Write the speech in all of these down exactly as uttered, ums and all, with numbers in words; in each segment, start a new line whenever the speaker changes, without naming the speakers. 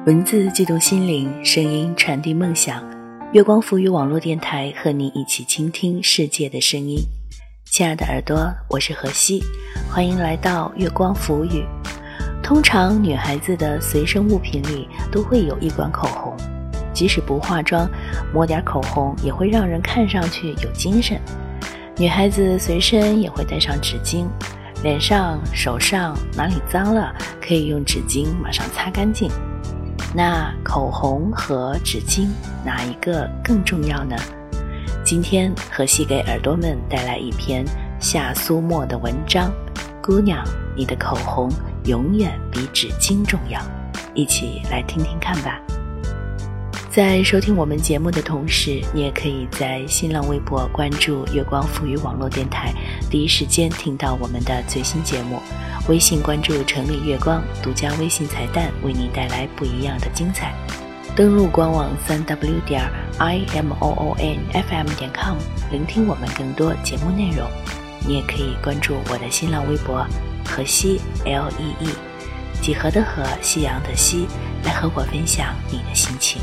文字悸动心灵，声音传递梦想。月光浮语网络电台和你一起倾听世界的声音。亲爱的耳朵，我是何西，欢迎来到月光浮语。通常女孩子的随身物品里都会有一管口红，即使不化妆，抹点口红也会让人看上去有精神。女孩子随身也会带上纸巾，脸上、手上哪里脏了，可以用纸巾马上擦干净。那口红和纸巾哪一个更重要呢？今天何西给耳朵们带来一篇夏苏沫的文章，姑娘，你的口红永远比纸巾重要，一起来听听看吧。在收听我们节目的同时，你也可以在新浪微博关注月光浮语网络电台，第一时间听到我们的最新节目。微信关注城里月光，独家微信彩蛋，为你带来不一样的精彩。登录官网 三 w 点 i m o o n f m 点 com， 聆听我们更多节目内容。你也可以关注我的新浪微博何西 L E E， 几何的何，夕阳的夕，来和我分享你的心情。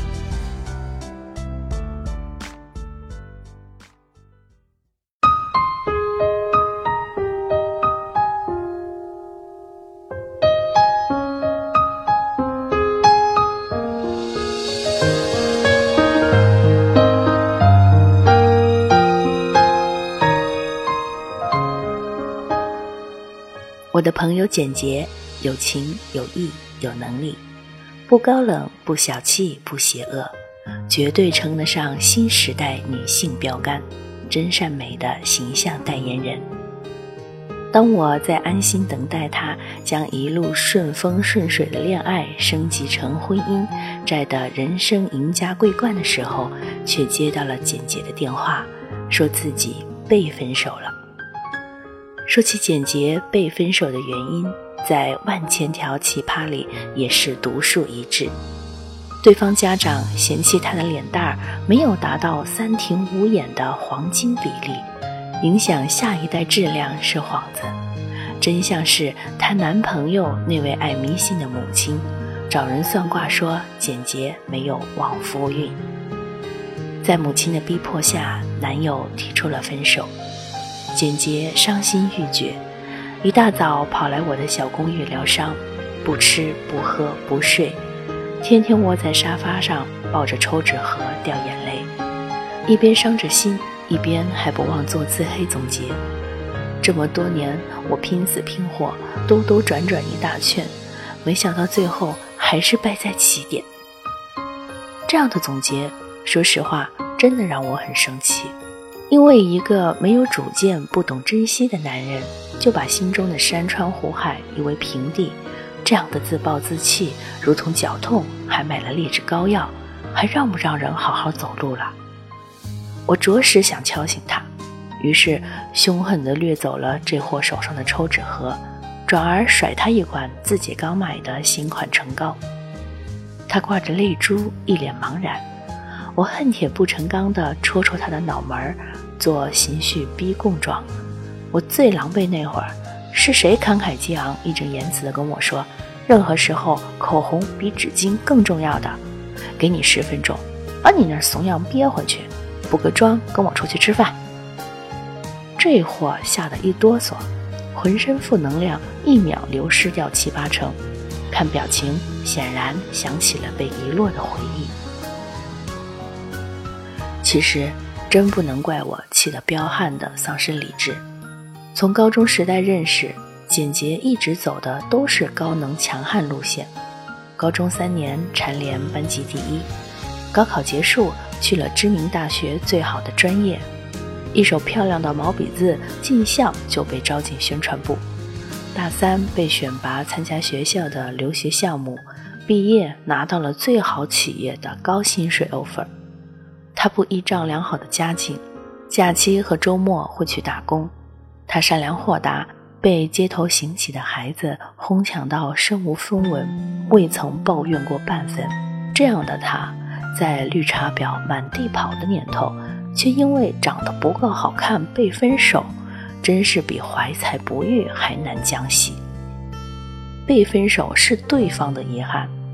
我的朋友简洁，有情有义有能力，不高冷不小气不邪恶，绝对称得上新时代女性标杆，真善美的形象代言人。当我在安心等待她将一路顺风顺水的恋爱升级成婚姻，摘得人生赢家桂冠的时候，却接到了简洁的电话，说自己被分手了。说起简洁被分手的原因，在万千条奇葩里也是独树一帜。对方家长嫌弃她的脸蛋儿没有达到三庭五眼的黄金比例，影响下一代质量是幌子。真相是她男朋友那位爱迷信的母亲找人算卦说简洁没有旺夫运。在母亲的逼迫下，男友提出了分手。简洁伤心欲绝，一大早跑来我的小公寓疗伤，不吃不喝不睡，天天窝在沙发上抱着抽纸盒掉眼泪，一边伤着心，一边还不忘做自黑总结。这么多年我拼死拼活兜兜转转一大圈，没想到最后还是败在起点。这样的总结，说实话真的让我很生气。因为一个没有主见不懂珍惜的男人，就把心中的山川湖海夷为平地，这样的自暴自弃如同脚痛还买了劣质膏药，还让不让人好好走路了？我着实想敲醒他，于是凶狠地掠走了这货手上的抽纸盒，转而甩他一罐自己刚买的新款唇膏。他挂着泪珠，一脸茫然。我恨铁不成钢地戳戳他的脑门，做情绪逼供状。我最狼狈那会儿，是谁慷慨激昂义正言辞地跟我说，任何时候口红比纸巾更重要的，给你十分钟，把你那怂样憋回去，补个妆跟我出去吃饭。这货吓得一哆嗦，浑身负能量一秒流失掉七八成，看表情显然想起了被遗落的回忆。其实真不能怪我气得彪悍的丧失理智。从高中时代认识，简洁一直走的都是高能强悍路线。高中三年蝉联班级第一，高考结束去了知名大学最好的专业，一手漂亮的毛笔字进校就被招进宣传部。大三被选拔参加学校的留学项目，毕业拿到了最好企业的高薪水 offer。他不依仗良好的家境，假期和周末会去打工。他善良豁达，被街头行乞的孩子哄抢到身无分文，未曾抱怨过半分。这样的他，在绿茶婊满地跑的年头，却因为长得不够好看被分手，真是比怀才不遇还难将息。被分手是对方的遗憾，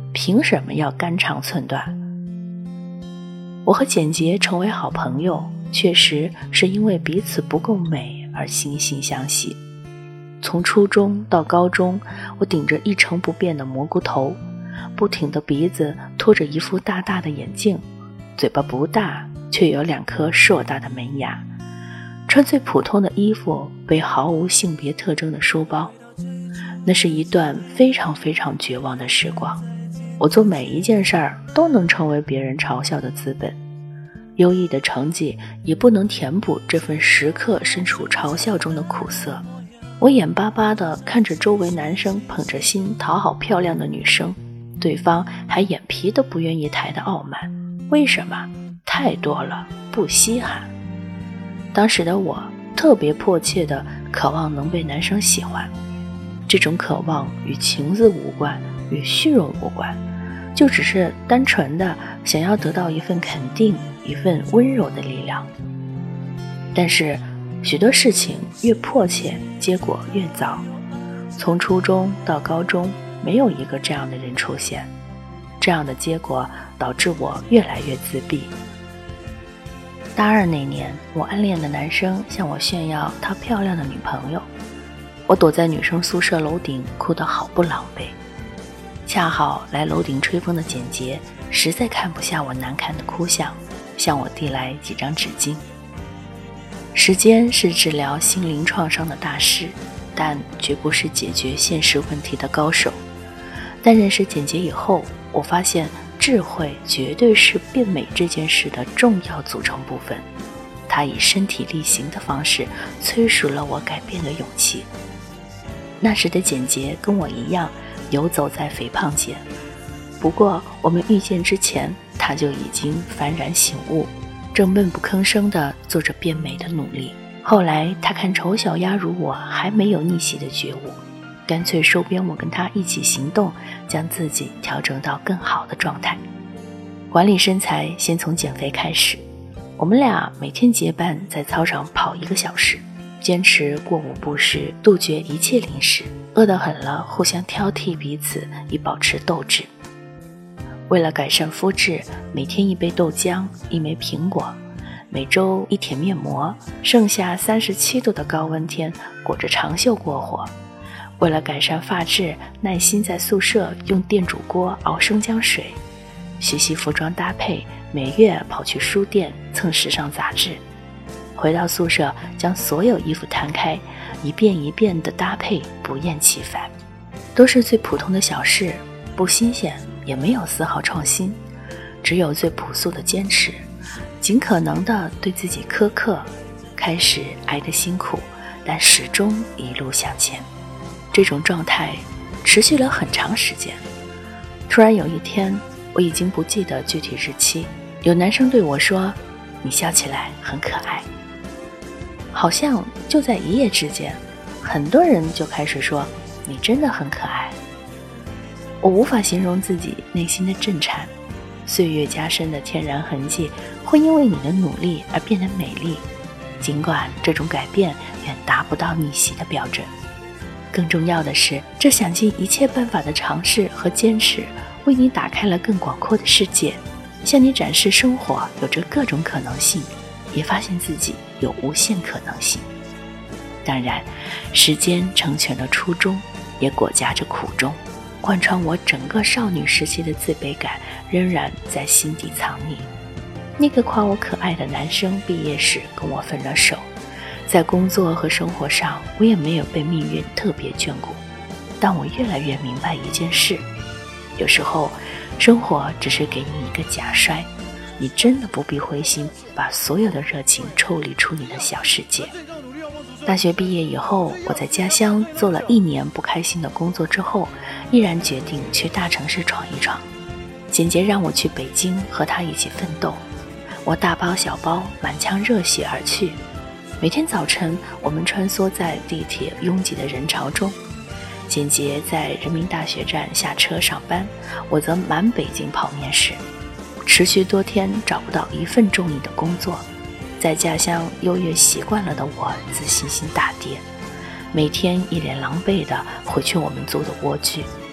凭什么要肝肠寸断？我和简洁成为好朋友，确实是因为彼此不够美而惺惺相惜。从初中到高中，我顶着一成不变的蘑菇头，不挺的鼻子拖着一副大大的眼镜，嘴巴不大却有两颗硕大的门牙，穿最普通的衣服，背毫无性别特征的书包。那是一段非常非常绝望的时光，我做每一件事儿都能成为别人嘲笑的资本，优异的成绩也不能填补这份时刻身处嘲笑中的苦涩。我眼巴巴地看着周围男生捧着心讨好漂亮的女生，对方还眼皮都不愿意抬的傲慢，为什么？太多了，不稀罕。当时的我特别迫切地渴望能被男生喜欢，这种渴望与情字无关，与虚荣无关，就只是单纯的想要得到一份肯定，一份温柔的力量。但是许多事情越迫切，结果越糟。从初中到高中，没有一个这样的人出现，这样的结果导致我越来越自闭。大二那年，我暗恋的男生向我炫耀他漂亮的女朋友，我躲在女生宿舍楼顶，哭得好不狼狈。恰好来楼顶吹风的简洁实在看不下我难看的哭相，向我递来几张纸巾。时间是治疗心灵创伤的大师，但绝不是解决现实问题的高手。但认识简洁以后，我发现智慧绝对是变美这件事的重要组成部分。它以身体力行的方式催熟了我改变的勇气。那时的简洁跟我一样游走在肥胖间，不过我们遇见之前，他就已经幡然醒悟，正闷不吭声地做着变美的努力。后来他看丑小鸭如我还没有逆袭的觉悟，干脆收编我跟他一起行动，将自己调整到更好的状态。管理身材先从减肥开始，我们俩每天结伴在操场跑一个小时，坚持过午不食，杜绝一切零食，饿得很了互相挑剔彼此，以保持斗志。为了改善肤质，每天一杯豆浆，一枚苹果，每周一舔面膜，盛夏三十七度的高温天裹着长袖过活。为了改善发质，耐心在宿舍用电煮锅熬生姜水，学习服装搭配，每月跑去书店蹭时尚杂志。回到宿舍，将所有衣服摊开，一遍一遍的搭配，不厌其烦。都是最普通的小事，不新鲜，也没有丝毫创新，只有最朴素的坚持，尽可能的对自己苛刻。开始挨得辛苦，但始终一路向前。这种状态持续了很长时间。突然有一天，我已经不记得具体日期，有男生对我说：“你笑起来很可爱。”好像就在一夜之间，很多人就开始说：“你真的很可爱。”我无法形容自己内心的震颤。岁月加深的天然痕迹会因为你的努力而变得美丽，尽管这种改变远达不到逆袭的标准。更重要的是，这想尽一切办法的尝试和坚持，为你打开了更广阔的世界，向你展示生活有着各种可能性，也发现自己有无限可能性。当然，时间成全了初衷，也裹挟着苦衷，贯穿我整个少女时期的自卑感仍然在心底藏匿。那个夸我可爱的男生毕业时跟我分了手，在工作和生活上，我也没有被命运特别眷顾。但我越来越明白一件事，有时候生活只是给你一个假摔，你真的不必灰心，把所有的热情抽离出你的小世界。大学毕业以后，我在家乡做了一年不开心的工作之后，毅然决定去大城市闯一闯。简洁让我去北京和他一起奋斗，我大包小包满腔热血而去。每天早晨，我们穿梭在地铁拥挤的人潮中。简洁在人民大学站下车上班，我则满北京跑面试。持续多天找不到一份中意的工作，在家乡优越习惯了的我自信心大跌，每天一脸狼狈地回去我们租的蜗居。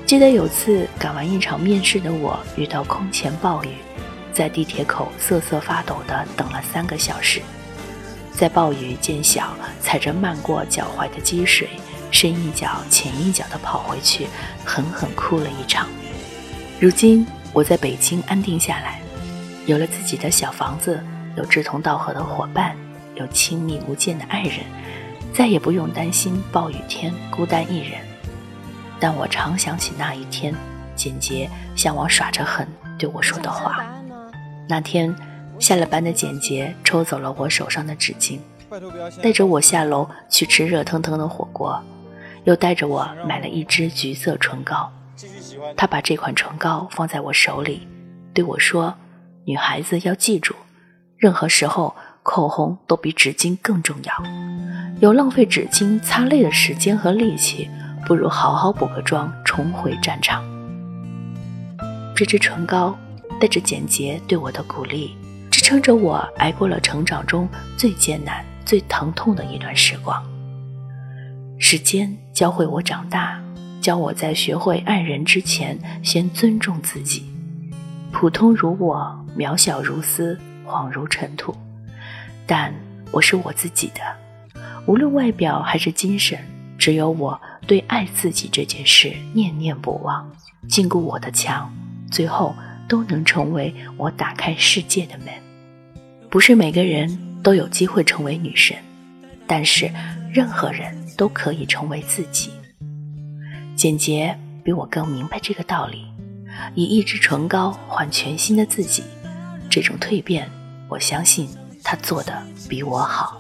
记得有次赶完一场面试的我遇到空前暴雨，在地铁口瑟瑟发抖地等了三个小时，在暴雨渐小，踩着漫过脚踝的积水，深一脚浅一脚地跑回去，狠狠哭了一场。如今我在北京安定下来，有了自己的小房子，有志同道合的伙伴，有亲密无间的爱人，再也不用担心暴雨天孤单一人。但我常想起那一天，简洁向我耍着狠对我说的话。那天下了班的简洁抽走了我手上的纸巾，带着我下楼去吃热腾腾的火锅，又带着我买了一支橘色唇膏。他把这款唇膏放在我手里，对我说，女孩子要记住，任何时候口红都比纸巾更重要，有浪费纸巾擦泪的时间和力气，不如好好补个妆重回战场。这支唇膏带着简洁对我的鼓励，支撑着我挨过了成长中最艰难最疼痛的一段时光。时间教会我长大，教我在学会爱人之前先尊重自己。普通如我，渺小如斯，恍如尘土，但我是我自己的，无论外表还是精神，只有我对爱自己这件事念念不忘，禁锢我的墙，最后都能成为我打开世界的门。不是每个人都有机会成为女神，但是任何人都可以成为自己。简洁比我更明白这个道理，以一支唇膏换全新的自己，这种蜕变，我相信她做得比我好。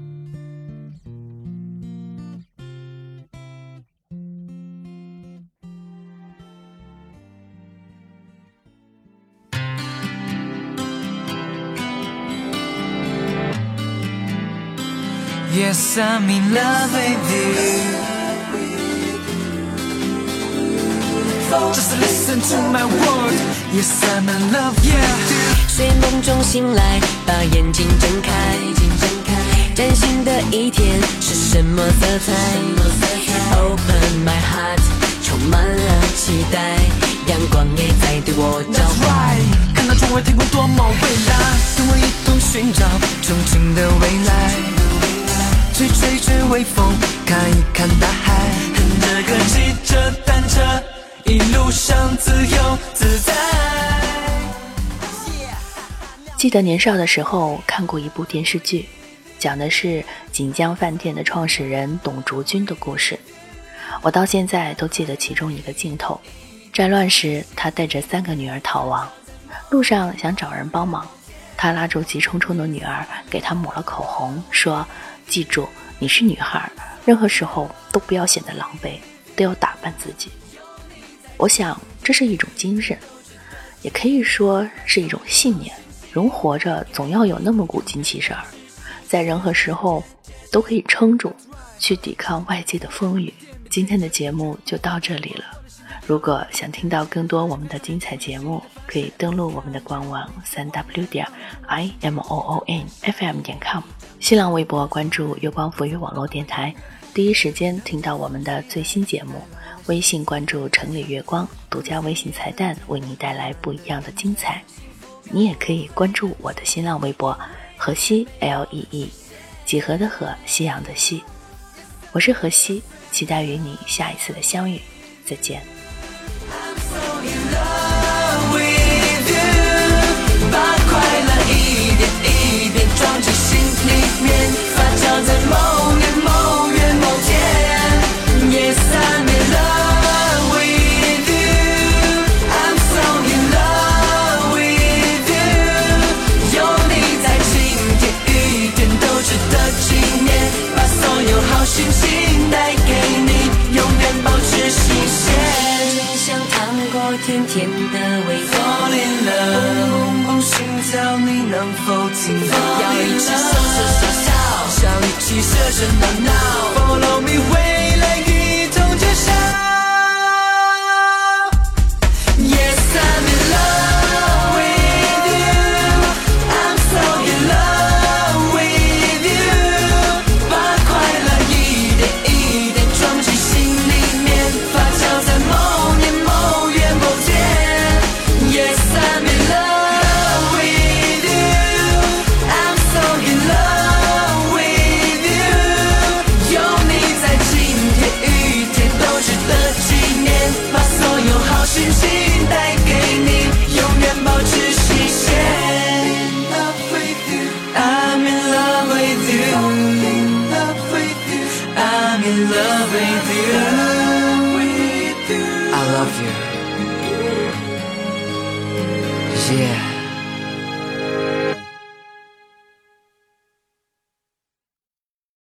Yes, I'm in love with you. Just listen to my word. Yes, I'm in love with you.
睡梦中醒来，把眼睛睁开，崭新的一天是什么色彩 ？Open my heart， 充满了期待，阳光也在对我召唤。
看到窗外天空多么蔚蓝，跟我一同寻找憧憬的未来。吹吹着微风，看一看大海，哼着歌，骑着单车，一路上自由自在。
记得年少的时候看过一部电视剧，讲的是锦江饭店的创始人董竹君的故事。我到现在都记得其中一个镜头，战乱时他带着三个女儿逃亡，路上想找人帮忙，他拉住急冲冲的女儿，给她抹了口红，说，记住，你是女孩，任何时候都不要显得狼狈，都要打扮自己。我想这是一种精神，也可以说是一种信念，人活着总要有那么股精气神儿，在任何时候都可以撑住，去抵抗外界的风雨。今天的节目就到这里了，如果想听到更多我们的精彩节目，可以登录我们的官网 三 w 点 i m o o n f m 点 com， 新浪微博关注月光浮语网络电台，第一时间听到我们的最新节目。微信关注城里月光，独家微信彩蛋为你带来不一样的精彩。你也可以关注我的新浪微博何西 L E E， 几何的何，夕阳的夕。我是何西，期待与你下一次的相遇，再见。
把快乐一点一点装进心里面，发酵在某年某月某天。Yes, I'm in love with you. I'm so in love with you. 有你在，晴天雨天都值得纪念。把所有好心情带给你，永远保持新鲜。
就像糖果甜甜的味道。
Fall in love， 心跳你能否听到？
要一起说说笑笑，
想一起热热闹闹。Follow me， 未来一同揭晓。Yes, I'm in love with you. I'm so in love with you. 把快乐一点一点装进心里面，发酵在某年。 in love with you. I love you. Yeah.